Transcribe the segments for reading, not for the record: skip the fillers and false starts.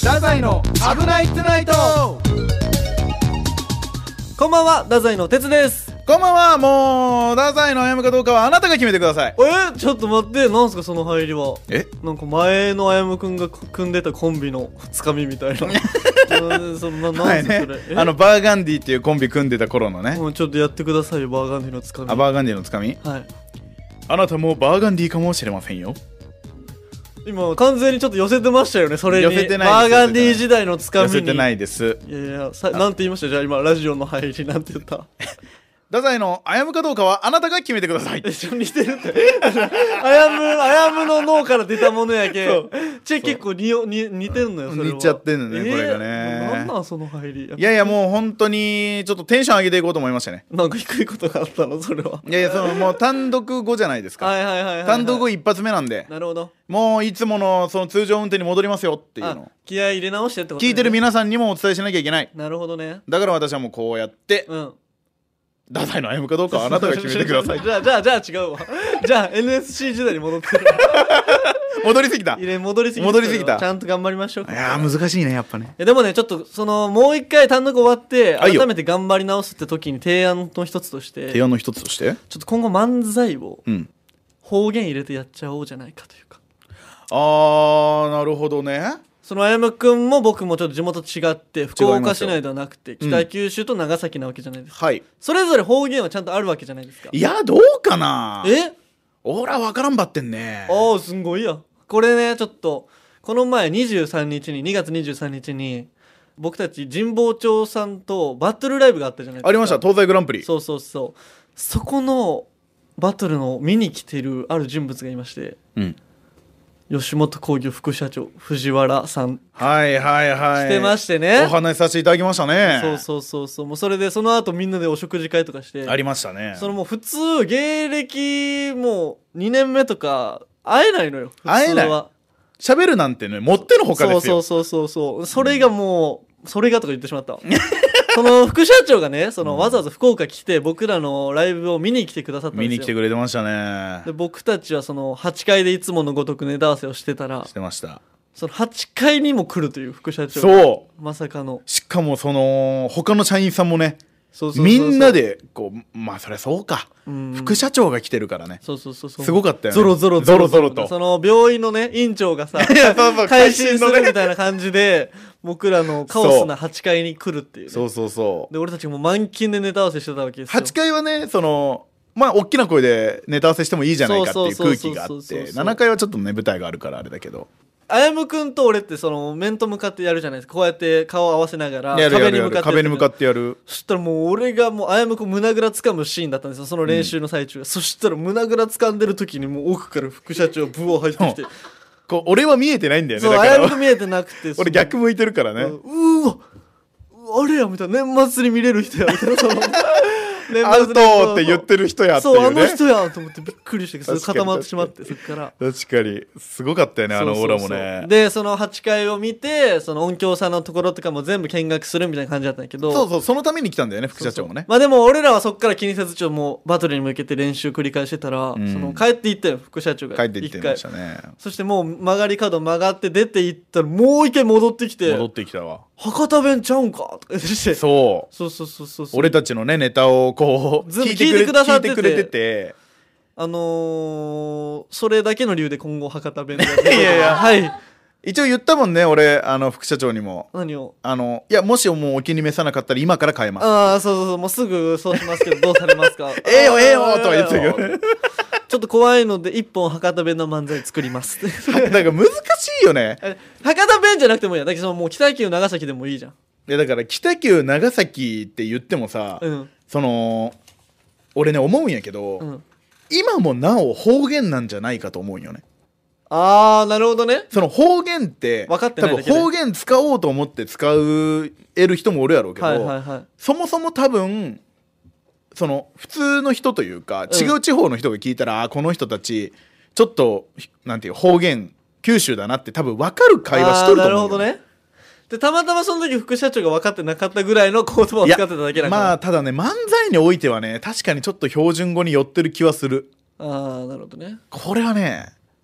太宰の危ないトゥナイト。 こんばんは、太宰の哲です。 こんばんは。もう太宰の歩むかどうかはあなたが決めてください。 ちょっと待って、なんすかその入りは。なんか前の歩くんが組んでたコンビのつかみみたいななんすかそれ、 バーガンディっていうコンビ組んでた頃のね。 もうちょっとやってくださいよ、バーガンディのつかみ。 バーガンディのつかみ。 はい。 あなたもバーガンディかもしれませんよ。 今完全にちょっと寄せてましたよね、それに。 寄せてないです。 バーガンディ時代のつかみに寄せてないです。 いやいや、なんて言いました？じゃあ今ラジオの入りなんて言った？ 太宰の歩むかどうかはあなたが決めてください。 似てるってあやむの脳から出たものやけ結構似てんのよ、それは。 似ちゃってんのね、これがね。 なんなんその入り。 いやいや、もう本当にちょっとテンション上げていこうと思いましたね。 なんか低いことがあったの、それは。 いやいや、もう単独後じゃないですか。単独後一発目なんで。 なるほど。 もういつものその通常運転に戻りますよっていうの。 気合い入れ直してってこと、 聞いてる皆さんにもお伝えしなきゃいけない。 なるほどね。 だから私はもうこうやって、太宰の歩むかどうかはあなたが決めてください。 じゃあ違うわ。じゃあ NSC 時代に戻ってる。 戻りすぎた。 戻りすぎた。ちゃんと頑張りましょう。 いや難しいね、やっぱね。 でもね、ちょっともう一回単独終わって改めて頑張り直すって時に提案の一つとして、ちょっと今後漫才を方言入れてやっちゃおうじゃないかというか。 なるほどね。 あやむくんも僕もちょっと地元違って福岡市内ではなくて北九州と長崎なわけじゃないですか。 はい。 それぞれ方言はちゃんとあるわけじゃないですか。 いや、どうかな。おら分からんばってんね。 すんごいや。これね、ちょっとこの前2月23日に僕たち神保町さんとバトルライブがあったじゃないですか。 ありました、東西グランプリ。 そうそこのバトルの見に来てるある人物がいまして、吉本興業副社長藤原さん、来てましてね、 お話しさせていただきましたね。 そうもうそれでその後みんなでお食事会とかしてありましたね。 もう普通芸歴もう2年目とか会えないのよ、普通は。会えない。 喋るなんてね、もってのほかですよ。 そうそれがもう、それがとか言ってしまったその副社長がね、わざわざ福岡来て僕らのライブを見に来てくださったんですよ。 見に来てくれてましたね。 で僕たちは8階でいつものごとくネタ合わせをしてたら、 してました。 8階にも来るという副社長。 そうまさかの。 しかも他の社員さんもね、みんなでこう、まあそりゃそうか、副社長が来てるからね。すごかったよね。 ゾロゾロと病院のね院長がさ改心するみたいな感じで僕らのカオスな8階に来るっていう、ね、で俺たちも満勤でネタ合わせしてたわけですよ。 8階はね、まあ大きな声でネタ合わせしてもいいじゃないかっていう空気があって、7階はちょっとね舞台があるからあれだけど、 あやむくんと俺って面と向かってやるじゃないですか。こうやって顔を合わせながら壁に向かってやる。そしたらもう俺があやむくん胸ぐら掴むシーンだったんですよ、その練習の最中。そしたら胸ぐら掴んでる時にもう奥から副社長ブワー入ってきて俺は見えてないんだよね。 そう、あやむくん見えてなくて俺逆向いてるからね。 うわあれやみたいな、年末に見れる人やみたいなアウトって言ってる人やっていうね。 そう、あの人やと思ってびっくりして固まってしまって、そっから確かにすごかったよね、あのオーラもね。 で8階を見て音響さんのところとかも全部見学するみたいな感じだったんだけど、 そのために来たんだよね、副社長もね。 まあでも俺らはそっから気にせずもうバトルに向けて練習繰り返してたら、帰っていったよ、副社長が。 帰っていってましたね。 そしてもう曲がり角曲がって出ていったらもう一回戻ってきて、 たわ。 博多弁ちゃうんかとか言ってて、 そう俺たちのねネタをこう聞いてくださってて、 聞いてくれてて、 それだけの理由で今後博多弁でいやはい一応言ったもんね、俺副社長にも。 何を？ いや、もしもうお気に召さなかったら今から変えます。 そうもうすぐそうしますけどどうされますか？ ええよとは言ってるけどちょっと怖いので一本博多弁の漫才作りますなんか難しいよね。 博多弁じゃなくてもいいや。だけどもう北九長崎でもいいじゃん。 いやだから北九長崎って言ってもさ、俺ね思うんやけど、今もなお方言なんじゃないかと思うんよね。 なるほどね。 方言って分かってないだけで、 多分方言使おうと思って使える人もおるやろうけど、そもそも多分普通の人というか、違う地方の人が聞いたら、この人たちちょっとなんていう方言九州だなって多分分かる会話しとると思うよ。 なるほどね。でたまたまその時副社長が分かってなかったぐらいの言葉を使ってただけだから。 まあただね、漫才においてはね、確かにちょっと標準語に寄ってる気はする。 なるほどね。 これはね、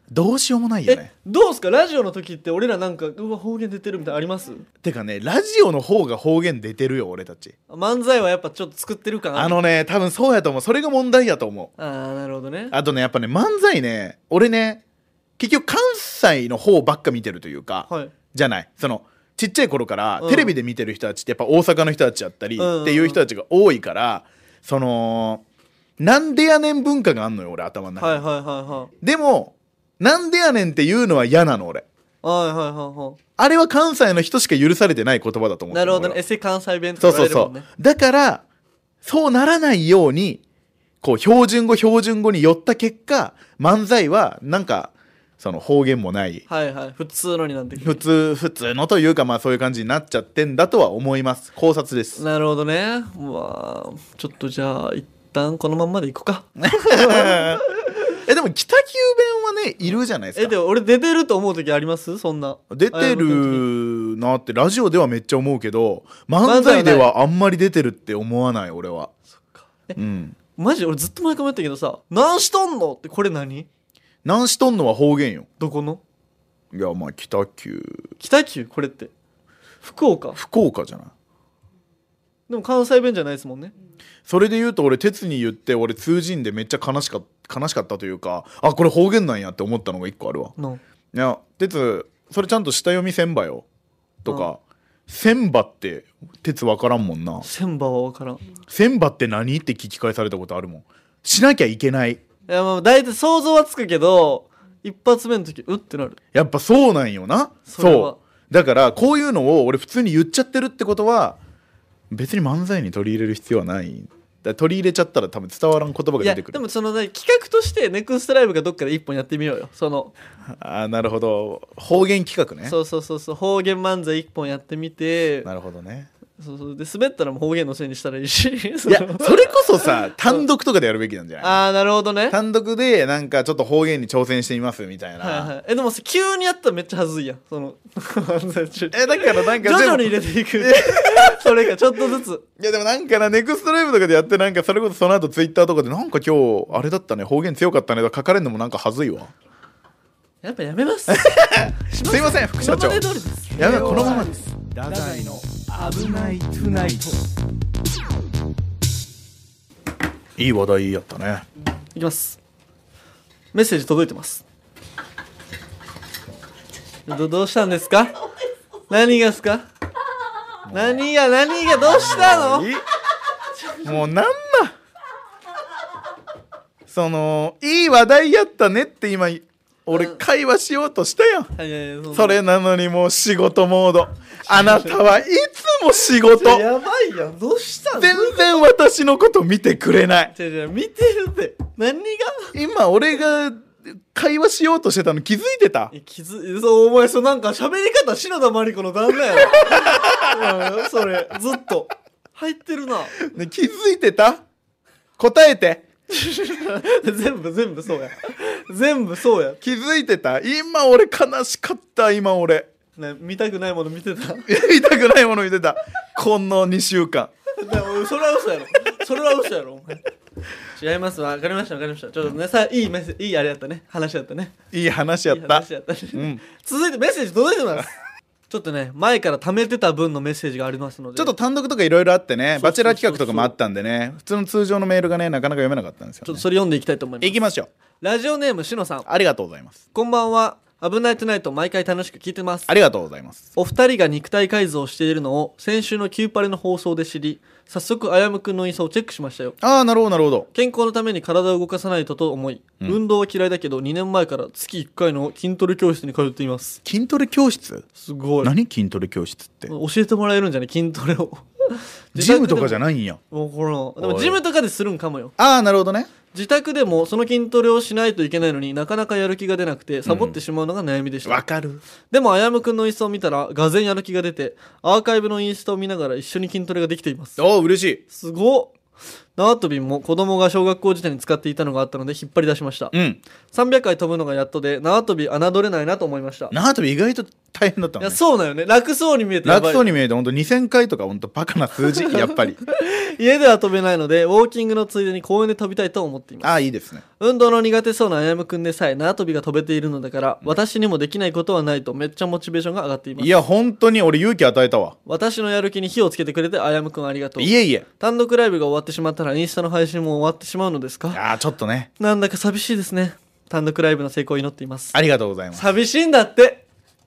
どうしようもないよね。 どうすかラジオの時って俺らなんかうわ方言出てるみたいなあります？ てかね、ラジオの方が方言出てるよ俺たち。 漫才はやっぱちょっと作ってる感ある。 多分そうやと思う。それが問題やと思う。 ああなるほどね。 あとねやっぱね漫才ね、俺ね結局関西の方ばっか見てるというか、 はい、 じゃない、そのちっちゃい頃からテレビで見てる人たちってやっぱ大阪の人たちやったりっていう人たちが多いから、そのなんでやねん文化があんのよ俺頭の中に。 はいはいはいはい。 でもなんでやねんっていうのは嫌なの俺。 はいはいはいはい。 あれは関西の人しか許されてない言葉だと思って。 なるほどね。エセ関西弁とか言われるもんね。 そうだからそうならないようにこう標準語に寄った結果漫才はなんかその方言もないはいはい普通のになってくる。 普通のというかまあそういう感じになっちゃってんだとは思います。考察です。 なるほどね。ちょっとじゃあ一旦このまんまでいこうか。 でも北九弁はねいるじゃないですか。 でも俺出てると思う時あります？そんな出てるなってラジオではめっちゃ思うけど漫才ではあんまり出てるって思わない俺は。 そっか。 マジ俺ずっと前から言ったけどさ、何しとんのってこれ何しとんのは方言よ。 どこの？ いやまあ北九これって福岡じゃない。 でも関西弁じゃないですもんね。 それで言うと俺鉄に言って俺通じんでめっちゃ悲しかったというか、あこれ方言なんやって思ったのが一個あるわ。いや鉄それちゃんと下読みせんばよとか、せんばって鉄分からんもんな。 せんばは分からん。 せんばって何って聞き返されたことあるもん。しなきゃいけない。 いやもう大体想像はつくけど一発目の時うってなる。 やっぱそうなんよな。そうだからこういうのを俺普通に言っちゃってるってことは別に漫才に取り入れる必要はない。取り入れちゃったら多分伝わらん言葉が出てくる。 でもその、企画としてネクストライブがどっかで一本やってみようよ。そのなるほど方言企画ね。 そう方言漫才一本やってみて。 なるほどね。 そうで滑ったらもう方言のせいにしたらいいし。いやそれこそさ単独とかでやるべきなんじゃない？ なるほどね。単独でなんかちょっと方言に挑戦してみますみたいな。 でも急にやったらめっちゃ恥ずいやんその漫才中。 だからなんか徐々に入れていく。それかちょっとずつ。 いやでもなんかなネクストライブとかでやってなんかそれこそその後ツイッターとかでなんか今日あれだったね方言強かったねとか書かれるのもなんか恥ずいわ。 やっぱやめます。 すいません副社長。やめこのままです。 太宰の危ないトゥナイト。 いい話題やったね。 いきます。メッセージ届いてます。どうしたんですか？何がですか？何がどうしたの？ もうなんだそのいい話題やったねって今俺会話しようとしたやん。それなのにもう仕事モード。あなたはいつも仕事。 やばいやん。どうしたの？ 全然私のこと見てくれない。 見てるって。何が？ 今俺が会話しようとしてたの気づいてた？ そうお前なんか喋り方篠田麻里子の旦那やろ。それずっと入ってるな。 ね、気づいてた？答えて。 全部そうや。全部そうや。 気づいてた？今俺悲しかった。今俺、 ね、見たくないもの見てた。 見たくないもの見てた。この2週間。 それは嘘やろ。お前違います。分かりました。ちょっとねいいあれやったね。話やったね。 いい話やった。 続いてメッセージ届いてます。ちょっとね前から貯めてた分のメッセージがありますので、 ちょっと単独とかいろいろあってね、バチェラー企画とかもあったんでね、普通の通常のメールがねなかなか読めなかったんですよ、ね、 ちょっとそれ読んでいきたいと思います。 いきましょう。 ラジオネームしのさん、 ありがとうございます。 こんばんは。危ないトゥナイト毎回楽しく聞いてます。 ありがとうございます。 お二人が肉体改造をしているのを先週のキューパレの放送で知り、早速あやむくんのインスタをチェックしましたよ。 なるほど。 健康のために体を動かさないとと思い、運動は嫌いだけど2年前から月1回の筋トレ教室に通っています。 筋トレ教室？ すごい。 何筋トレ教室って？ 教えてもらえるんじゃない筋トレを。 ジムとかじゃないんや。 もうこれでもジムとかでするんかもよ。 なるほどね。 自宅でもその筋トレをしないといけないのになかなかやる気が出なくてサボってしまうのが悩みでした。 わかる。 でもあやむくんのインスタを見たらがぜんやる気が出て、アーカイブのインスタを見ながら一緒に筋トレができています。 嬉しい。 すごっ。 縄跳びも子供が小学校時代に使っていたのがあったので引っ張り出しました。300回飛ぶのがやっとで縄跳び侮れないなと思いました。 縄跳び意外と大変だったのね。 いやそうだよね。楽そうに見えてやばい。 楽そうに見えて本当2000回とか本当バカな数字やっぱり家では飛べないのでウォーキングのついでに公園で飛びたいと思っています。 ああいいですね。 運動の苦手そうなあやむくんでさえ縄跳びが飛べているのだから、私にもできないことはないとめっちゃモチベーションが上がっています。 いや本当に俺勇気与えたわ。 私のやる気に火をつけてくれてあやむくんありがとう。 いえいえ。 単独ライブが終わってしまったらインスタの配信も終わってしまうのですか。 ああちょっとね。 なんだか寂しいですね。単独ライブの成功を祈っています。 ありがとうございます。 寂しいんだって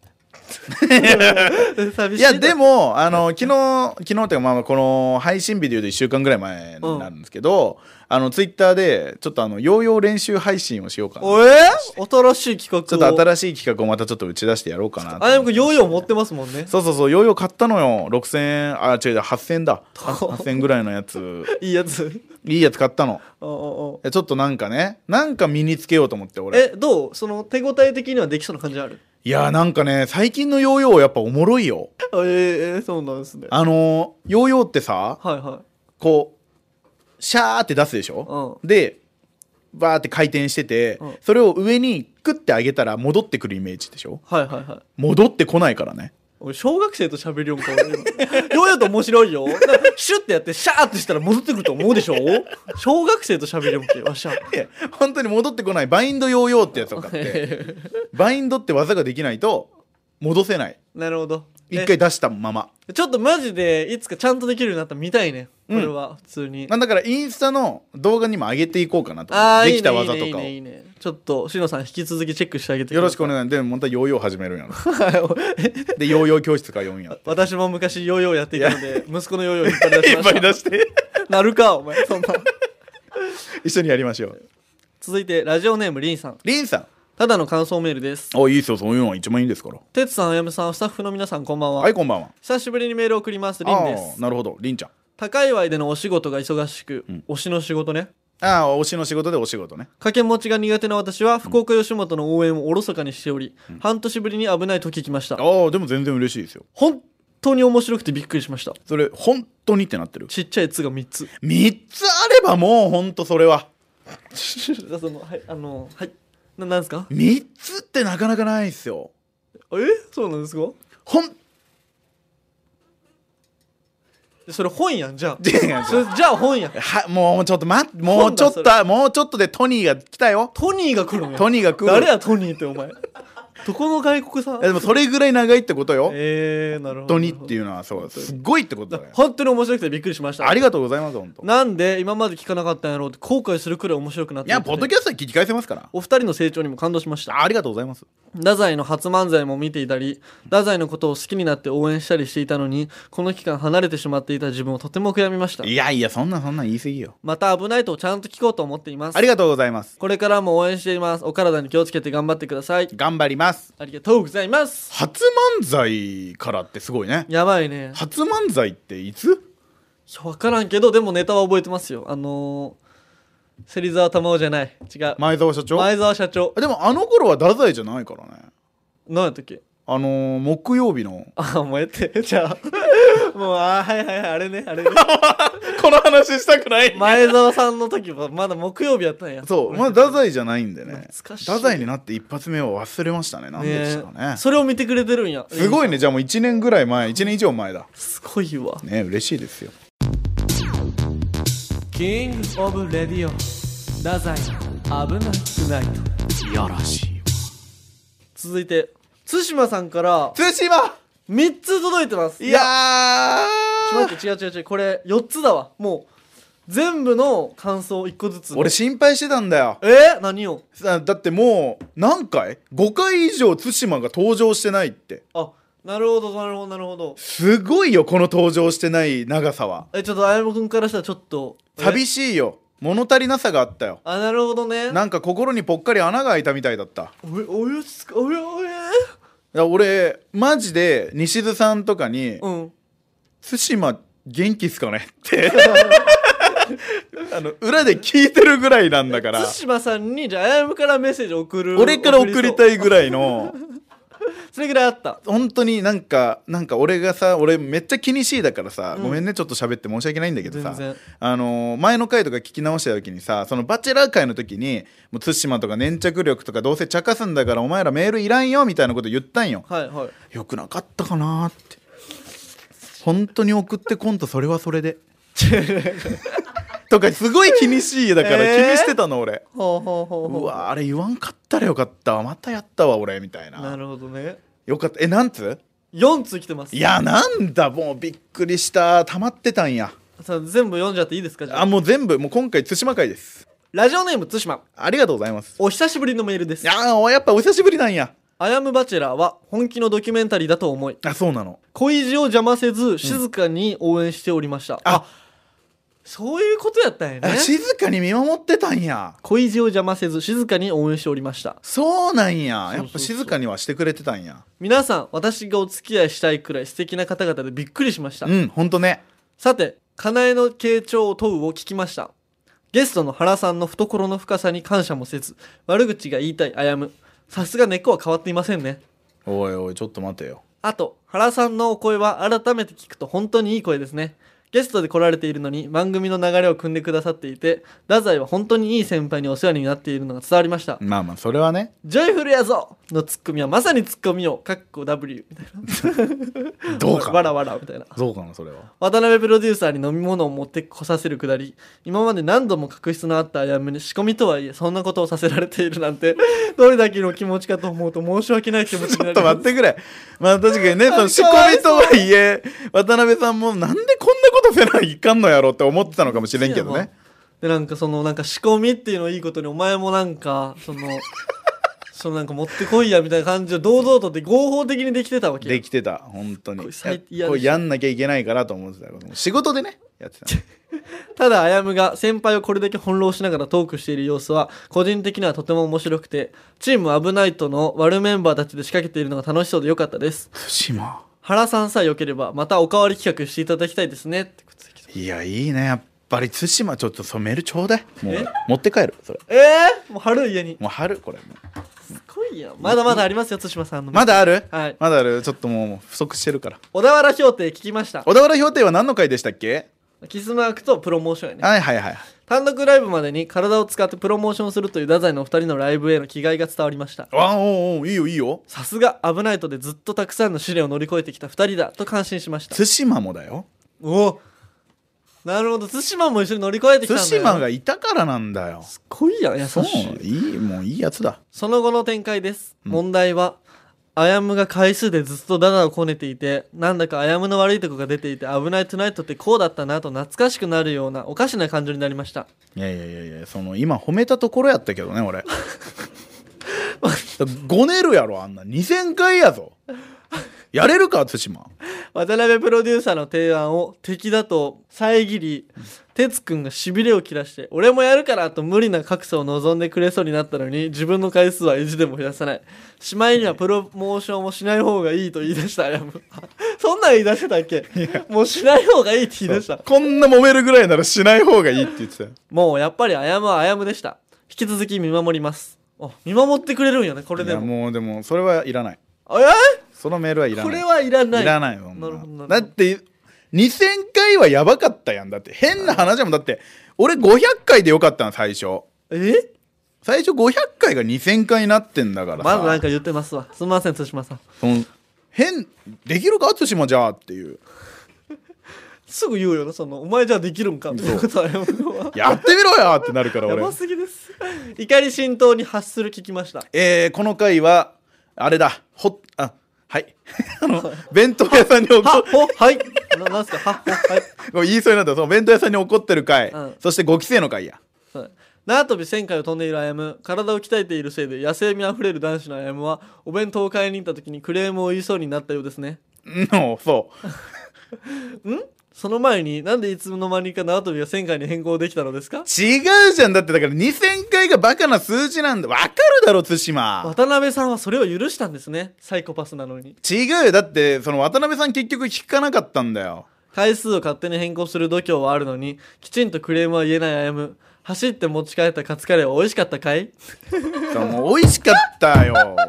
いやでも昨日っていうかまあこの配信日でいうと1週間ぐらい前になるんですけど、ツイッターでちょっとヨーヨー練習配信をしようかな。 新しい企画をちょっと新しい企画をまたちょっと打ち出してやろうかな。 あやむくんヨーヨー持ってますもんね。 そうヨーヨー買ったのよ。6000円違う8000円だ。8000円ぐらいのやついいやつ買ったの。ちょっとなんか身につけようと思って俺。 どうその手応え的にはできそうな感じある。 いやなんかね最近のヨーヨーやっぱおもろいよ。 そうなんですね。 ヨーヨーってさ、こうシャーって出すでしょ、でバーって回転してて、それを上にクッて上げたら戻ってくるイメージでしょ。戻ってこないからね。 俺小学生と喋るよんかヨーヨーと面白いよ。シュッてやってシャーってしたら戻ってくると思うでしょ。小学生と喋るよんけわしゃ。 本当に戻ってこないバインドヨーヨーってやつを買ってバインドって技ができないと戻せない。 なるほど。 一回出したまま。 ちょっとマジでいつかちゃんとできるようになったら見たいね。これは普通に。 だからインスタの動画にも上げていこうかなと。できた技とかを。 いいね。ちょっとしのさん引き続きチェックしてあげて。 よろしくお願い。でも本当はヨーヨー始めるんやろ。でヨーヨー教室通うんや。 私も昔ヨーヨーやっていたので息子のヨーヨー引っ張り出しました。 引っ張り出してなるかお前そんな。 一緒にやりましょう。 続いてラジオネームりんさん。ただの感想メールです。 いいですよ。そういうのは一番いいですから。 てつさん、あやむさん、スタッフの皆さんこんばんは。 はいこんばんは。 久しぶりにメールを送ります。りんです。 なるほどりんちゃん。 高岩でのお仕事が忙しく、推しの仕事ね。 推しの仕事でお仕事ね。 掛け持ちが苦手な私は福岡吉本の応援をおろそかにしており、半年ぶりに危ないと聞きました。 でも全然嬉しいですよ。 本当に面白くてびっくりしました。 それ本当にってなってる。 ちっちゃい「つ」が3つ 3つあればもう本当それはなんですか。 3つってなかなかないですよ。 そうなんですか。それ本やん。じゃあじゃあ本やん。 もうちょっと待って、もうちょっとでトニーが来たよ。 トニーが来るのよ。誰やトニーってお前。どこの外国さん。 でもそれぐらい長いってことよ。 なるほど。 本当にっていうのはそうすごいってことだよ。 本当に面白くてびっくりしました。 ありがとうございます。本当なんで今まで聞かなかったんやろうって後悔するくらい面白くなって。 いやポッドキャストで聞き返せますから。 お二人の成長にも感動しました。 ありがとうございます。 太宰の初漫才も見ていたり、太宰のことを好きになって応援したりしていたのに、この期間離れてしまっていた自分をとても悔やみました。 いやそんな言い過ぎよ。 また危ないとちゃんと聞こうと思っています。 ありがとうございます。 これからも応援しています。お体に気をつけて頑張ってください。 頑張ります。 ありがとうございます。 初漫才からってすごいね。 やばいね。 初漫才っていつ？ 分からんけどでもネタは覚えてますよ。芹沢玉緒じゃない、違う、 前澤社長。でもあの頃は太宰じゃないからね。 何やったっけ。 木曜日のもうやってじゃあもうはいあれねこの話したくない。 前澤さんの時はまだ木曜日やったんや。 そうまだ太宰じゃないんでね。 太宰になって一発目を忘れましたね。なんでですかね。 それを見てくれてるんや。 すごいね。じゃあもう1年ぐらい前、1年以上前だ。 すごいわね。嬉しいですよ。 キングオブレディオ太宰の危なくないといやらしいわ。 続いて対馬さんから3つ届いてます。 いやちょっと待って違うこれ4つだわ。もう全部の感想1個ずつ。 俺心配してたんだよ。 何を。 だってもう何回5回以上対馬が登場してないって。 なるほど。 すごいよこの登場してない長さは。 ちょっとあやむくんからしたらちょっと寂しいよ。物足りなさがあったよ。 なるほどね。 なんか心にぽっかり穴が開いたみたいだった。俺マジで西津さんとかに対馬元気っすかねって裏で聞いてるぐらいなんだから。 対馬さんにじゃああやむからメッセージ送る。 俺から送りたいぐらいのそれぐらいあった。 本当になんか俺めっちゃ気にしいだからさ、ごめんねちょっと喋って申し訳ないんだけどさ、前の回とか聞き直した時にさ、そのバチェラー会の時にもう対馬とか粘着力とかどうせ茶化すんだからお前らメールいらんよみたいなこと言ったんよ。 はいはい。 よくなかったかなって本当に送ってこんとそれはそれでとかすごい気にしいだから気にしてたの俺。うわあれ言わんかったらよかったわ、またやったわ俺みたいな。 なるほどね。 よかった。何通 ？4通来てます。 いやなんだもうびっくりした。溜まってたんや。 さあ全部読んじゃっていいですか？じゃあもう全部もう今回対馬会です。 ラジオネーム対馬、 ありがとうございます。 お久しぶりのメールです。 やっぱお久しぶりなんや。 アヤムバチェラーは本気のドキュメンタリーだと思い、 そうなの。 恋路を邪魔せず静かに応援しておりました。そういうことやったんやね。 静かに見守ってたんや。 恋路を邪魔せず静かに応援しておりました。 そうなんや。やっぱ静かにはしてくれてたんや。 皆さん私がお付き合いしたいくらい素敵な方々でびっくりしました。 ほんとね。 さて、かなえの傾聴を問うを聞きました。ゲストの原さんの懐の深さに感謝もせず悪口が言いたいあやむ。さすが根っこは変わっていませんね。 おいおいちょっと待てよ。 あと原さんのお声は改めて聞くと本当にいい声ですね。ゲストで来られているのに番組の流れを組んでくださっていて、太宰は本当にいい先輩にお世話になっているのが伝わりました。 まあそれはね。 ジョイフルやぞのツッコミはまさにツッコミをかっこ W みたいなどうかなわらわらみたいな。 どうかなそれは。 渡辺プロデューサーに飲み物を持ってこさせるくだり、今まで何度も確執のあったあやむに仕込みとはいえそんなことをさせられているなんてどれだけの気持ちかと思うと申し訳ない気持ちになります。 ちょっと待ってくれ。まあ確かにね、その仕込みとはいえ渡辺さんもなんでこんなことせないかんのやろって思ってたのかもしれんけどね。 でなんか仕込みっていうのをいいことにお前もなんかなんか持ってこいやみたいな感じを堂々とで合法的にできてたわけ。 できてた本当に。これやんなきゃいけないからと思ってた。仕事でねやってた。 ただあやむが先輩をこれだけ翻弄しながらトークしている様子は個人的にはとても面白くて、チームアブナイトの悪メンバーたちで仕掛けているのが楽しそうでよかったです。原さんさえよければまたおかわり企画していただきたいですねってことで。 いやいいね。やっぱり対馬ちょっとメールちょうだい。もう持って帰るそれ。 もう貼る家に。 もう貼るこれ。 すごいや。まだまだありますよ対馬さんの。 まだある？ はい。 まだある。ちょっともう不足してるから。 小田原評定聞きました。 小田原評定は何の回でしたっけ？ キスマークとプロモーションやね。 はい単独ライブまでに体を使ってプロモーションするという太宰のお二人のライブへの気概が伝わりました。 おいいよ。 さすがアブナイトでずっとたくさんの試練を乗り越えてきた二人だと感心しました。 対馬もだよ。 なるほど。対馬も一緒に乗り越えてきたんだよ。 対馬がいたからなんだよ。 すごいやん。優しい。 もういいやつだ。 その後の展開です。問題はあやむが回数でずっとダダをこねていて、なんだかあやむの悪いとこが出ていて、危ないトゥナイトってこうだったなと懐かしくなるようなおかしな感情になりました。 いや今褒めたところやったけどね俺。ごねるやろあんな2000回やぞ。やれるか対馬。 渡辺プロデューサーの提案を敵だと遮り、哲くんがしびれを切らして俺もやるからと無理な格差を望んでくれそうになったのに、自分の回数は意地でも増やさない。しまいにはプロモーションもしない方がいいと言い出した。そんなん言い出してたっけ？もうしない方がいいって言い出した。 こんな揉めるぐらいならしない方がいいって言ってたよ。 もうやっぱりあやむはあやむでした。引き続き見守ります。見守ってくれるんやねこれでも。 もうでもそれはいらない。そのメールはいらない。 これはいらない。 いらないよ。 なるほど。 だって2000回はやばかったやん。だって変な話もだって俺500回でよかったの最初。最初500回が2000回になってんだからさ。 まずなんか言ってますわ。すみません対馬さん。 できるか対馬じゃあっていう。 すぐ言うよなお前じゃあできるんかってことはやってみろよってなるから俺。 やばすぎです。怒り浸透に発する聞きました。 この回はあれだはい弁当屋さんにはいなんすかはい言いそうになった。その弁当屋さんに怒ってる回、そして5期生の回や。 縄跳び1000回を飛んでいるあやむ、体を鍛えているせいで野生味あふれる男子のあやむはお弁当を買いに行った時にクレームを言いそうになったようですね。 そうその前になんでいつの間にか縄跳びが1000回に変更できたのですか？ 違うじゃん。だってだから2000回がバカな数字なんだ。わかるだろ対馬。 渡辺さんはそれを許したんですね。サイコパスなのに。 違うよ。だってその渡辺さん結局聞かなかったんだよ。 回数を勝手に変更する度胸はあるのにきちんとクレームは言えないあやむ。走って持ち帰ったカツカレーは美味しかったかい？ もう美味しかったよ。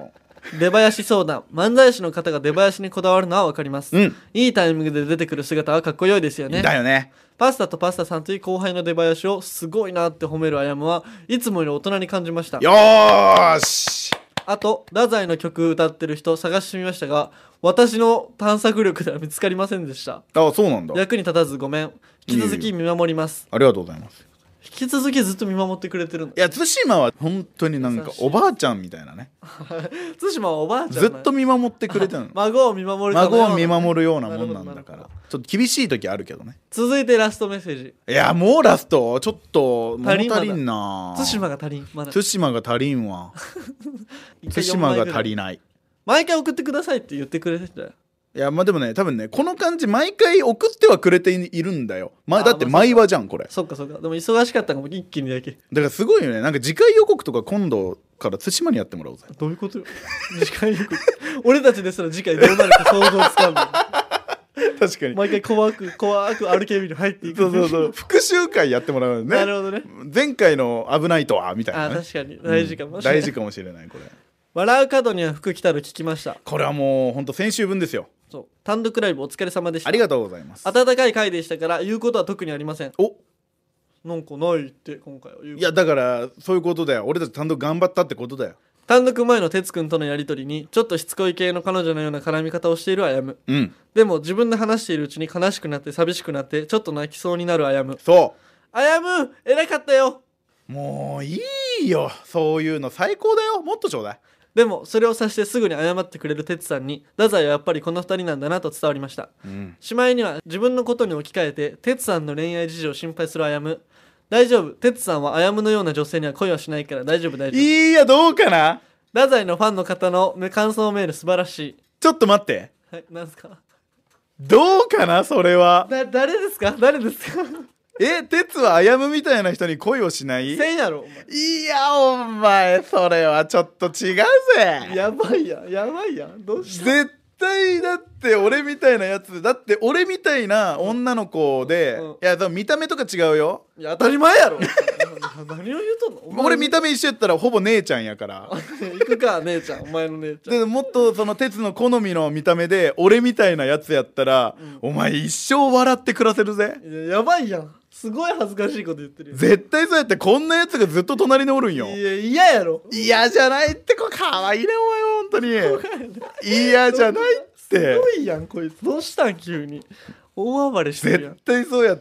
出囃子相談。漫才師の方が出囃子にこだわるのは分かります、 うんいいタイミングで出てくる姿はかっこよいですよね。 だよね。 パスタとパスタさんという後輩の出囃子をすごいなって褒めるあやむはいつもより大人に感じました。 よーし。 あと太宰の曲歌ってる人探してみましたが私の探索力では見つかりませんでした。 あ、そうなんだ。 役に立たずごめん。引き続き見守ります。 ありがとうございます。 引き続きずっと見守ってくれてるの。 いや対馬は本当になんかおばあちゃんみたいなね対馬はおばあちゃんずっと見守ってくれてるの孫を見守る孫を見守るようなもんなんだからちょっと厳しい時あるけどね。 続いてラストメッセージ。 いやもうラストちょっと物足りんな。 対馬が足りん。まだ対馬が足りんわ対馬が足りない。 毎回送ってくださいって言ってくれてたよ。 いやまあでもね多分ねこの感じ毎回送ってはくれているんだよ、だって毎話じゃんこれ。 そっかそっか。でも忙しかったかも一気にだけ。 だからすごいよね。なんか次回予告とか今度から対馬にやってもらおうぜ。 どういうことよ次回予告俺たちですら次回どうなるか想像つかんない確かに毎回怖く RKB に入っていく。 そう復習会やってもらうね。 なるほどね。 前回の危ないとはみたいな、ね、 確かに大事かもしれない、 大事かもしれないこれ。 笑う角には服着たる聞きました。 これはもうほんと先週分ですよ。 そう単独ライブお疲れ様でした。 ありがとうございます。 温かい回でしたから言うことは特にありません。 おなんかないって今回は言う。 いやだからそういうことだよ。俺たち単独頑張ったってことだよ。 単独前の哲くんとのやりとりにちょっとしつこい系の彼女のような絡み方をしているあやむ、 うん、 でも自分で話しているうちに悲しくなって寂しくなってちょっと泣きそうになるあやむ。 そあやむ偉かったよ。 もういいよそういうの最高だよ。もっとちょうだい。 でもそれを察してすぐに謝ってくれる哲さんに太宰はやっぱりこの2人なんだなと伝わりました、 うん、 しまいには自分のことに置き換えて哲さんの恋愛事情を心配するあやむ。大丈夫哲さんはあやむのような女性には恋はしないから大丈夫大丈夫。 いやどうかな。 太宰のファンの方の感想メール素晴らしい。 ちょっと待って、 はい、なんすか。 どうかなそれは。 誰ですか誰ですか哲はあやむみたいな人に恋をしない。 せんやろお前。 いやお前それはちょっと違うぜ。 やばいやんどうした。 絶対だって俺みたいなやつだって俺みたいな女の子で、 うん、 いやでも見た目とか違うよ。 いや当たり前やろ何を言うとんの。 俺見た目一緒やったらほぼ姉ちゃんやから行くか姉ちゃんお前の姉ちゃんでもっとその哲の好みの見た目で俺みたいなやつやったら、お前一生笑って暮らせるぜ。 いややばいやん。すごい恥ずかしいこと言ってるよ。 絶対そうやってこんなやつがずっと隣におるんよ。 いや嫌やろ。 嫌じゃないってこれかわいいねお前本当に嫌じゃないってすごいやんこいつ。どうしたん急に大暴れしてるやん。 絶対そうやって。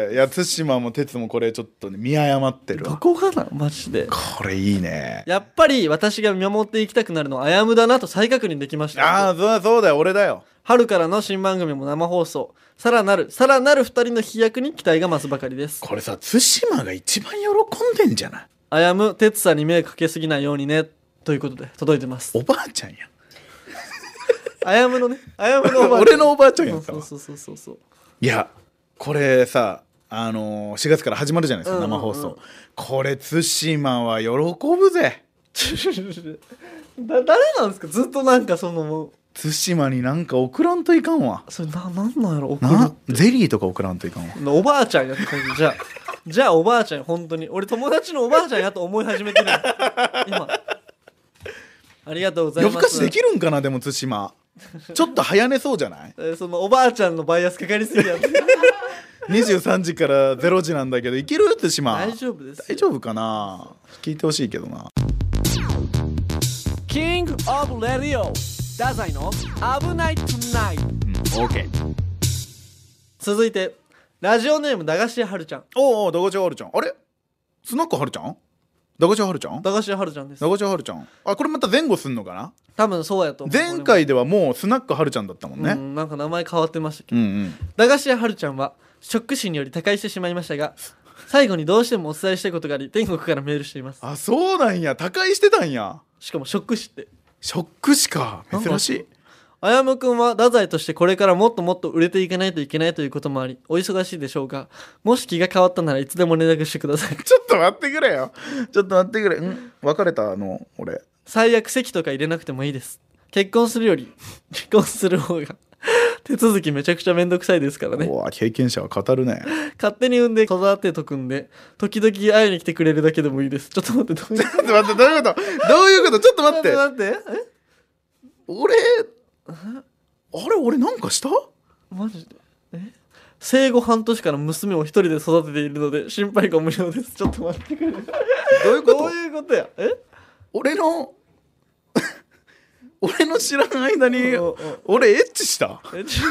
いや対馬も哲もこれちょっとね見誤ってるわ。 どこがなマジで。 これいいね。 やっぱり私が見守っていきたくなるのはあやむだなと再確認できました。 ああそうだよ俺だよ。 春からの新番組も生放送。さらなる2人の飛躍に期待が増すばかりです。 これさ対馬が一番喜んでんじゃない。 あやむ哲さんに迷惑かけすぎないようにねということで届いてます。 おばあちゃんやあやむのおばあちゃん俺のおばあちゃんやったわ。 そういやこれさ4月から始まるじゃないですか、生放送。これ対馬は喜ぶぜ誰なんですかずっとなんかその対馬になんか送らんといかんわ。 それなんなんやろ送るゼリーとか送らんといかんわ。 おばあちゃんやって感じ。じゃあおばあちゃん本当に俺友達のおばあちゃんやと思い始めてる今。ありがとうございます。 夜更かしできるんかなでも対馬ちょっと早寝そうじゃない。 そのおばあちゃんのバイアスかかりすぎや 23時から0時なんだけどいける対馬。 大丈夫です。 大丈夫かな聞いてほしいけどな。 キングオブレディオ太宰の危ないトゥナイト。 OK。 続いてラジオネーム駄菓子屋はるちゃん。 駄菓子屋はるちゃん。あれスナックはるちゃん。駄菓子屋はるちゃん。 駄菓子屋はるちゃんです。 駄菓子屋はるちゃん。これまた前後すんのかな。 多分そうやと思う。 前回ではもうスナックはるちゃんだったもんね。 なんか名前変わってましたけど、 うん駄菓子屋はるちゃんはショック死により他界してしまいましたが最後にどうしてもお伝えしたいことがあり天国からメールしています。 あ、そうなんや。他界してたんや。 しかもショック死ってショック死か。珍しい。 あやむくんは太宰としてこれからもっともっと売れていかないといけないということもありお忙しいでしょうがもし気が変わったならいつでも連絡してください。 ちょっと待ってくれよ。ちょっと待ってくれ。別れたの俺。 最悪籍とか入れなくてもいいです。結婚するより離婚する方が手続きめちゃくちゃめんどくさいですからね。 うわ経験者は語るね。 勝手に産んで育てとくんで時々会いに来てくれるだけでもいいです。ちょっと待ってどういうことちょっと待ってどういうことどういうことちょっと待って待って俺なんかした？ マジで？生後半年から娘を一人で育てているので心配が無用です。ちょっと待ってくれ。どういうこと？ どういうことや？ 俺の知らん間に俺エッチした？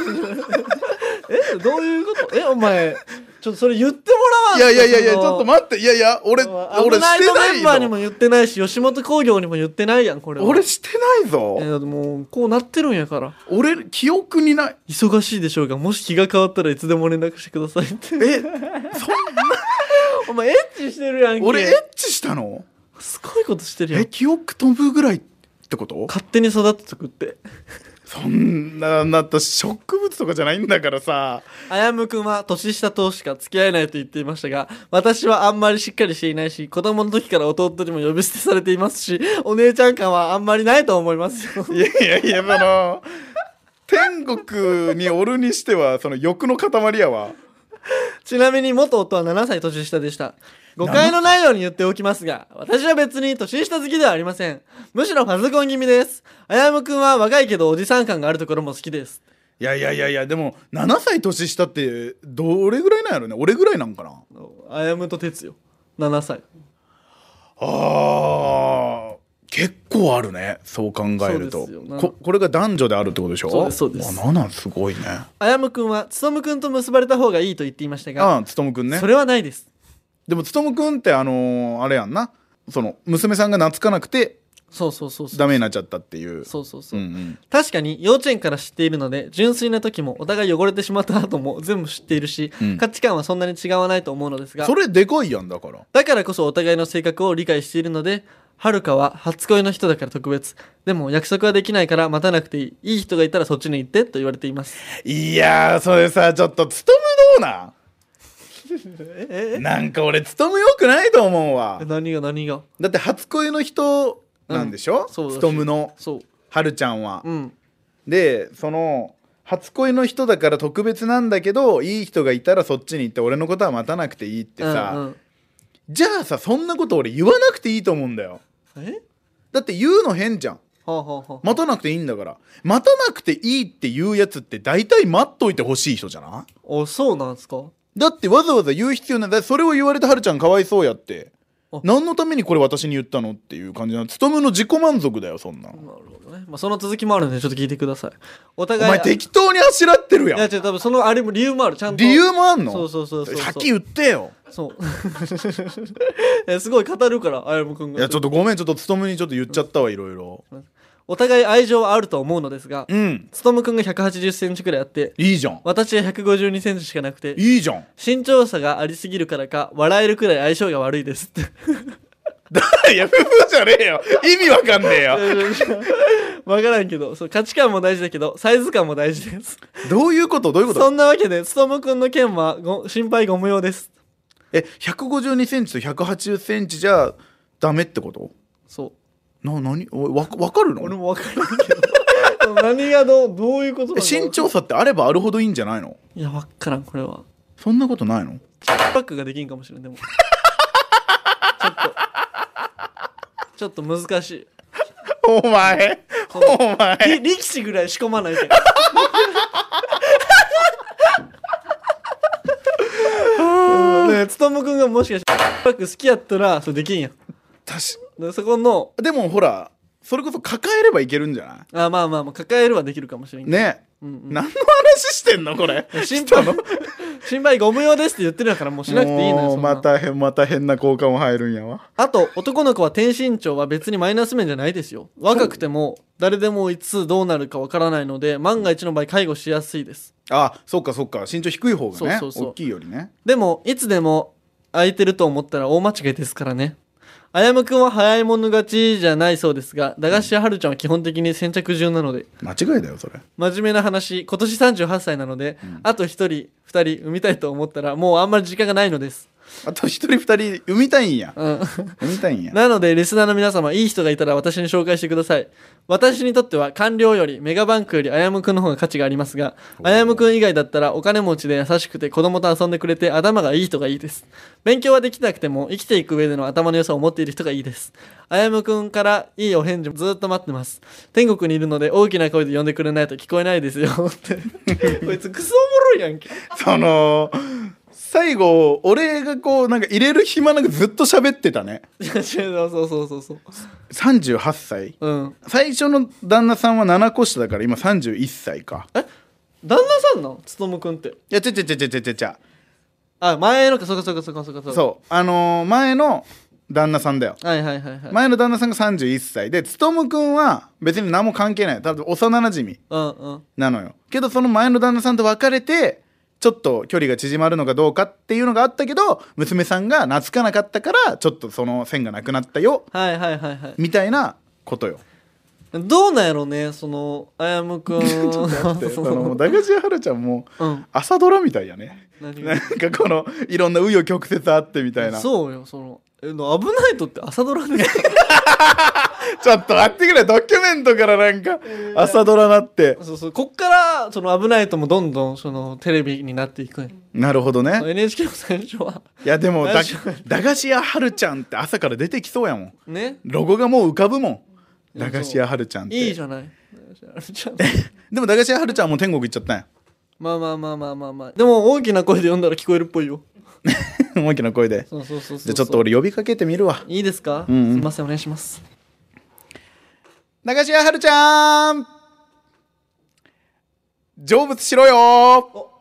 どういうこと？お前ちょっとそれ言ってもらわんと。 いやちょっと待って。いや俺してないぞ。 メンバーにも言ってないし吉本興業にも言ってないやん。これは俺してないぞ。 もうこうなってるんやから。 俺記憶にない。 忙しいでしょうがもし気が変わったらいつでも連絡してくださいって。 そんなお前エッチしてるやんけ。 俺エッチしたの？ すごいことしてるやん。 記憶飛ぶぐらいってこと？ 勝手に育ってとくって。 そんな植物とかじゃないんだからさ。 あやむくんは年下としか付き合えないと言っていましたが、私はあんまりしっかりしていないし、子供の時から弟にも呼び捨てされていますし、お姉ちゃん感はあんまりないと思いますよ。 いや天国におるにしてはその欲の塊やわ。 ちなみに元夫は7歳年下でした。誤解のないように言っておきますが、私は別に年下好きではありません。むしろファズコン気味です。あやむくんは若いけどおじさん感があるところも好きです。 いやでも7歳年下ってどれぐらいなんやろね。俺ぐらいなんかな。 あやむと哲よ7歳。 結構あるね。そう考えるとこれが男女であるってことでしょ。 そうです。 7すごいね。 あやむくんはつとむくんと結ばれた方がいいと言っていましたが、 つとむくんね。 それはないです。 でもつとむくんってあれやんな、その娘さんが懐かなくてダメになっちゃったっていう。 そう、確かに幼稚園から知っているので、純粋な時もお互い汚れてしまった後も全部知っているし、価値観はそんなに違わないと思うのですが、 それでかいやん。だからこそお互いの性格を理解しているので、はるかは初恋の人だから特別、でも約束はできないから待たなくていい、いい人がいたらそっちに行ってと言われています。 いやー、それさ、ちょっとつとむどうなんなんか俺つとむよくないと思うわ。 何がだって初恋の人なんでしょ、つとむのはるちゃんは、でその初恋の人だから特別なんだけど、いい人がいたらそっちに行って俺のことは待たなくていいってさ、じゃあさ、そんなこと俺言わなくていいと思うんだよ。だって言うの変じゃん。待たなくていいんだから。待たなくていいっていうやつって大体待っといてほしい人じゃない？ そうなんすか？ だってわざわざ言う必要ない。だってそれを言われてはるちゃんかわいそうやって、何のためにこれ私に言ったのっていう感じなの。つとむの自己満足だよ、そんなの。なるほどね。その続きもあるんでちょっと聞いてください。お互いお前適当にあしらってるやん。 いや違う、多分そのあれも理由もある。ちゃんと理由もあんの？ そうさっき言ってよ。 そうすごい語るからあやむくんが。 いやちょっとごめん、ちょっとつとむにちょっと言っちゃったわ、いろいろ。 お互い愛情はあると思うのですが、つとむくんが180センチくらいあって、いいじゃん。 私は152センチしかなくて、 いいじゃん。 身長差がありすぎるからか笑えるくらい相性が悪いですって。 いや、夫婦じゃねえよ。意味わかんねえよ。 わからんけど、価値観も大事だけどサイズ感も大事です。 どういうこと？ そんなわけでつとむくんの件は心配ご無用です。 152センチと180センチじゃダメってこと？そう。何わかるの？ 俺もわからんけど何がどういうことなの？ 身長差ってあればあるほどいいんじゃないの？ いや、わからん。これはそんなことないの？ バックができんかもしれん。でもちょっと難しい。 お前力士ぐらい仕込まないで。つとむくんがもしかしてバック好きやったらそれできんやん。そこのでもほら、それこそ抱えればいけるんじゃない？ まあ抱えればできるかもしれんけどね。何の話してんのこれ。 心配ご無用ですって言ってるからもうしなくていいのよ。 また変な交換も入るんやわ。 あと男の子は低身長は別にマイナス面じゃないですよ。若くても誰でもいつどうなるかわからないので、万が一の場合介護しやすいです。 そっか身長低い方がね、大きいよりね。 でもいつでも空いてると思ったら大間違いですからね。あやむくんは早い者勝ちじゃないそうですが、駄菓子屋はるちゃんは基本的に先着順なので。 間違いだよそれ。 真面目な話、今年38歳なので、あと1人2人産みたいと思ったらもうあんまり時間がないのです。 あと一人二人産みたいんや、産みたいんや。 なのでリスナーの皆様、いい人がいたら私に紹介してください。私にとっては官僚よりメガバンクよりあやむくんの方が価値がありますが、あやむくん以外だったらお金持ちで優しくて子供と遊んでくれて頭がいい人がいいです。勉強はできなくても生きていく上での頭の良さを持っている人がいいです。あやむくんからいいお返事ずっと待ってます。天国にいるので大きな声で呼んでくれないと聞こえないですよってこいつクソおもろいやんけ。 その最後俺がこうなんか入れる暇なくずっと喋ってたね。 いや違う、そう 38歳、最初の旦那さんは7個下だから今31歳か。 旦那さんなんつとむくんって。いやちゃ前のか、そう前の旦那さんだよ。前の旦那さんが31歳で、つとむくんは別に何も関係ない、多分幼なじみなのよ。けどその前の旦那さんと別れてちょっと距離が縮まるのかどうかっていうのがあったけど、娘さんが懐かなかったからちょっとその線がなくなったよ、みたいなことよ。 どうなんやろうね、そのあやむくんちょっと待って、その駄菓子屋はるちゃんも朝ドラみたいやね。なんかこのいろんな紆余曲折あってみたいな。 そうよ、その危ないとって朝ドラですかちょっと待ってくれ、ドキュメントからなんか朝ドラなって、 こっからその危ないともどんどんそのテレビになっていくんや。 なるほどね。 NHK の最初は。 いやでも駄菓子屋はるちゃんって朝から出てきそうやもんね。 ロゴがもう浮かぶもん、駄菓子屋はるちゃんって。 いいじゃないでも駄菓子屋はるちゃんも天国行っちゃったんや。 まあでも大きな声で読んだら聞こえるっぽいよ大きな声で。 そうじゃあちょっと俺呼びかけてみるわ。 いいですか、すいません、お願いします。 駄菓子屋はるちゃん、成仏しろよ。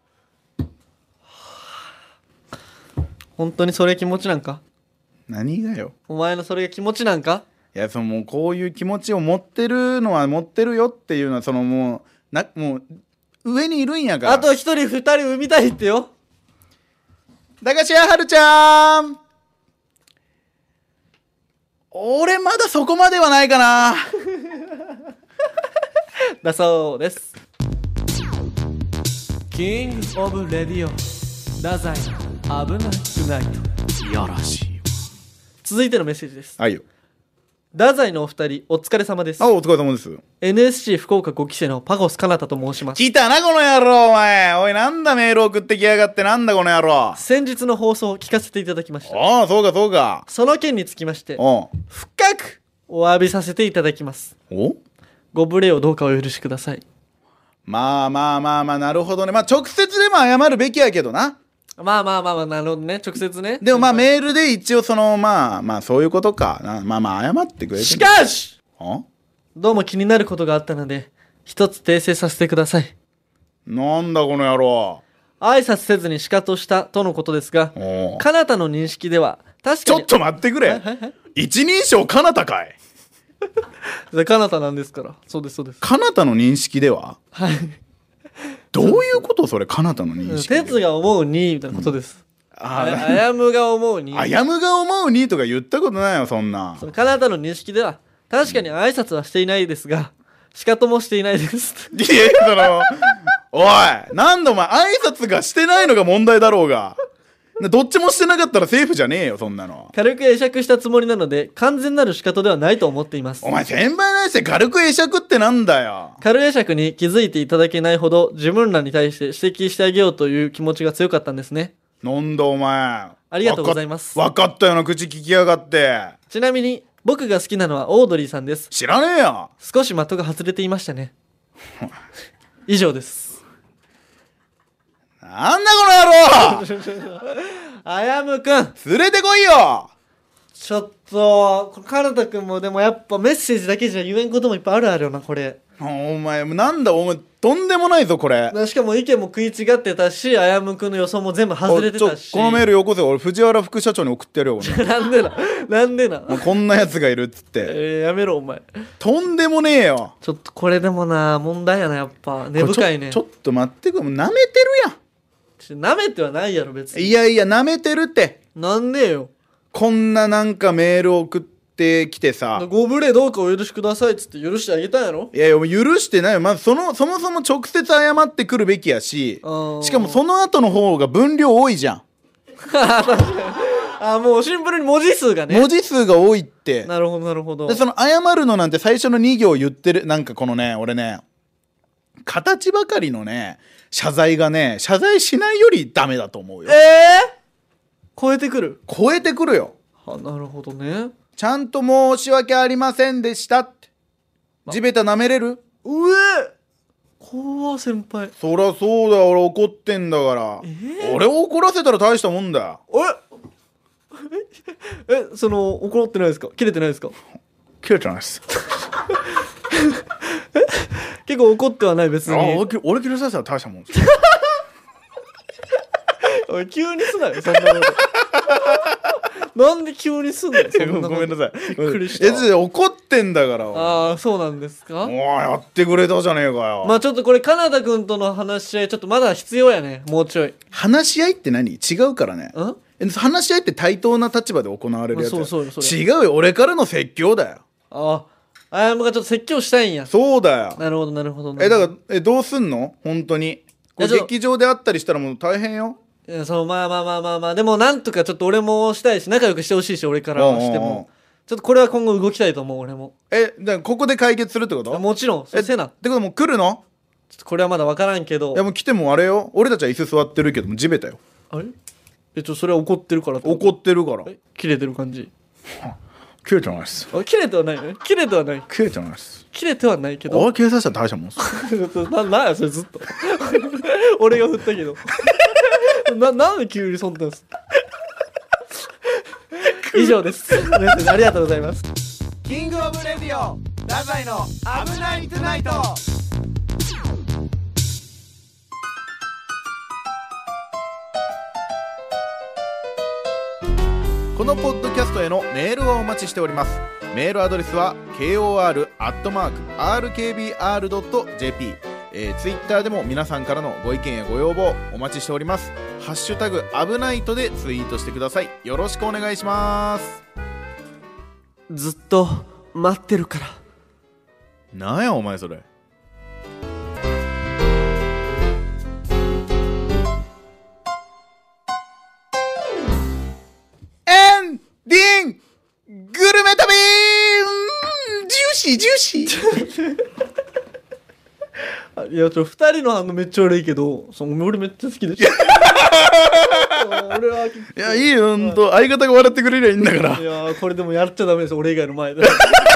本当にそれ気持ちなんか。 何がよ。 お前のそれが気持ちなんか。 いや、そのもうこういう気持ちを持ってるのは持ってるよっていうのは、そのもう上にいるんやから。 あと一人二人産みたいってよ。 駄菓子屋はるちゃん、俺まだそこまではないかなだそうです。 キングオブレディオ太宰の危なくないと。 いやらしい。 続いてのメッセージです。 はいよ。 太宰のお二人お疲れ様です。 お疲れ様です。 NSC 福岡5期生のパゴスカナタと申します。 来たなこの野郎、お前。おい、なんだメール送ってきやがって。なんだこの野郎。 先日の放送を聞かせていただきました。 ああ、そうか。 その件につきまして深くお詫びさせていただきます。ご無礼をどうかお許しください。 まあなるほどね。まあ直接でも謝るべきやけどな。 まあなるほどね、直接ね。 でもまあメールで一応そのまあそういうことかな。まあ謝ってくれて。 しかしどうも気になることがあったので一つ訂正させてください。 なんだこの野郎。 挨拶せずにシカトしたとのことですが、かなたの認識では確かに。 ちょっと待ってくれ、一人称かなたかい。 かなたなんですから。そうです。 かなたの認識では、はい、どういうことそれ。かなたの認識、 哲が思うにみたいなことです。あやむが思うに、 あやむが思うにとか言ったことないよ、そんな。 かなたの認識では確かに挨拶はしていないですが、しかともしていないです。 いやそのおい、なんだお前、挨拶がしてないのが問題だろうが。どっちもしてなかったらセーフじゃねえよ、そんなの。 軽く会釈したつもりなので完全なる仕方ではないと思っています。 お前先輩ないして軽く会釈ってなんだよ。 軽会釈に気づいていただけないほど自分らに対して指摘してあげようという気持ちが強かったんですね。 なんだお前。 ありがとうございます。 分かったような口聞きやがって。 ちなみに僕が好きなのはオードリーさんです。 知らねえよ。 少し的が外れていましたね以上です。 なんだこの野郎あやむくん連れてこいよ。 ちょっとかなたくんもでもやっぱメッセージだけじゃ言えんこともいっぱいあるよな、これ。 お前なんだお前、とんでもないぞこれ。 しかも意見も食い違ってたし、あやむくんの予想も全部外れてたし。 このメールよこせ。俺藤原副社長に送ってやるよなんでなこんなやつがいるっつって。 やめろお前。 とんでもねえよ。 ちょっとこれでもな問題やな、やっぱ根深いね。 ちょっと待ってくれ、もう舐めてるやん。 舐めてはないやろ別に。 いや舐めてるって。 なんでよ。 こんななんかメール送ってきてさ、 ご無礼どうかお許しくださいっつって許してあげたんやろ。 いや許してないよ。まずそもそも直接謝ってくるべきやし、しかもその後の方が分量多いじゃん。 あ、もうシンプルに文字数がね。 文字数が多いって。 なるほどなるほど。 でその謝るのなんて最初の2行言ってる、なんかこのね、俺ね、形ばかりのね謝罪がね、謝罪しないよりダメだと思うよ。 超えてくるよ。 なるほどね。 ちゃんと申し訳ありませんでしたって、地べた舐めれる？ 怖先輩。 そりゃそうだよ、俺怒ってんだから、俺を怒らせたら大したもんだよ。 その怒ってないですか？切れてないですか？ 切れてないです結構怒ってはない。別に俺切れさせたら大したもんですおい急にすなよそんなことなんで急にすんのよそんなこと。 ごめんなさい、 びっくりした。 怒ってんだから。 ああそうなんですか。 やってくれたじゃねえかよ。 まあちょっとこれカナダ君との話し合いちょっとまだ必要やね。もうちょい話し合いって何？違うからね。話し合いって対等な立場で行われるやつ。違うよ、俺からの説教だよ。 あやむがちょっと説教したいんや。 そうだよ。 なるほどなるほど。 だからどうすんの本当に。これ劇場であったりしたらもう大変よ。 まあでもなんとかちょっと俺もしたいし、仲良くしてほしいし、俺からしてもちょっとこれは今後動きたいと思う。俺もだからここで解決するってこと？ もちろんせなってこともう来るの？ ちょっとこれはまだ分からんけど。 いやもう来てもあれよ、俺たちは椅子座ってるけども地べたよ。 あれそれは怒ってるから。 怒ってるから。 切れてる感じ？ 切れてないっす。 切れてはないね。切れてはない。 切れてないっす。 切れてはないけど。 俺警察したら大したもんっすなんやそれずっと俺が振ったけどなんで急にそんなんす以上です。ありがとうございます。 キングオブレディオ太宰の危ないトゥナイト。 このポッドキャストへのメールをお待ちしております。メールアドレスは kor@rkbr.jp、ツイッターでも皆さんからのご意見やご要望お待ちしております。ハッシュタグ危ないとでツイートしてください。よろしくお願いします。 ずっと待ってるから。 なんやお前それ。エンディングルメ旅ジューシーいや2人の反応めっちゃ悪いけど、俺めっちゃ好きでしょ俺はいやいいよ、ほんと相方が笑ってくれりゃいいんだから。 いやこれでもやっちゃダメです、俺以外の前で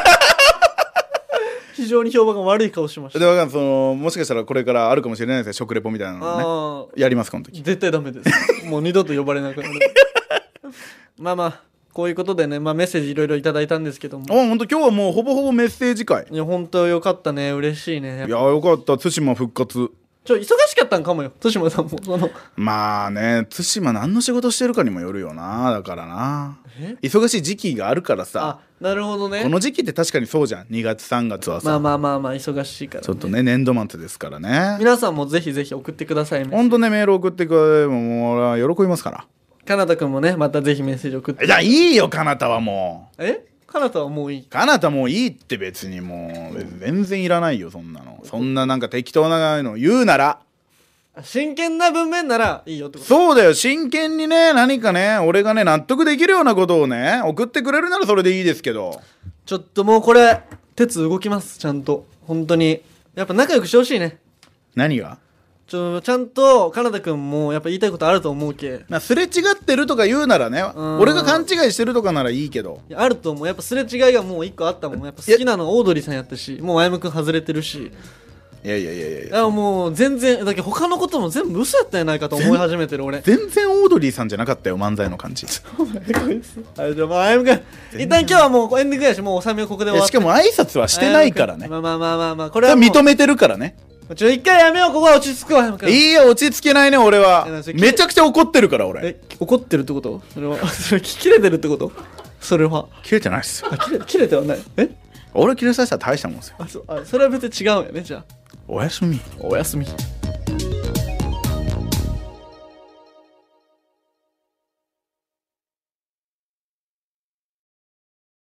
非常に評判が悪い顔しました。 でわかんもしかしたらこれからあるかもしれないですよ、食レポみたいなのね。やりますこの時。 絶対ダメですもう二度と呼ばれなくなるまあこういうことでね、メッセージいろいろいただいたんですけども。 ほんと今日はもうほぼほぼメッセージ会。 いやほんとよかったね、嬉しいね。 いやよかった、対馬復活。 忙しかったんかもよ、対馬さんも。 まあね、対馬何の仕事してるかにもよるよな。だからな、忙しい時期があるからさ。 なるほどね。 この時期って確かにそうじゃん、2月3月はさ。 まあ忙しいから、ね、 ちょっとね年度末ですからね。 皆さんもぜひぜひ送ってください。 ほんとね、メール送ってくれ、もう俺は喜びますから。 かなたくんもね、またぜひメッセージ送って。 じゃあいいよ、かなたはもう。 かなたはもういい。 かなたもういいって、別にもう全然いらないよ、そんなの。そんななんか適当なの言うなら。 真剣な文面ならいいよってこと。 そうだよ、真剣にね、何かね、俺がね納得できるようなことをね送ってくれるならそれでいいですけど。 ちょっともうこれ鉄動きます、ちゃんと。本当にやっぱ仲良くしてほしいね。 何が？ ちゃんとかなたくんもやっぱ言いたいことあると思うけ。 すれ違ってるとか言うならね、俺が勘違いしてるとかならいいけど。 あると思う。やっぱすれ違いがもう一個あったもん。やっぱ好きなのオードリーさんやったし、もうあやむくん外れてるし。いやもう全然だけど他のことも全部嘘やったんやないかと思い始めてる俺。 全然オードリーさんじゃなかったよ、漫才の感じ。 じゃああやむくん一旦今日はもうエンディングやし、もうおさみはここで終わって。 しかも挨拶はしてないからね。 まあこれは認めてるからね。 一回やめよう、ここは落ち着くわ。 いいよ、落ち着けないね俺は。めちゃくちゃ怒ってるから俺。 怒ってるってこと？それは切れてるってこと？それは切れてないっすよ。 切れてはない。 俺切れさせたら大したもんですよ。 それは別に違うんやね。じゃあおやすみ。 おやすみ。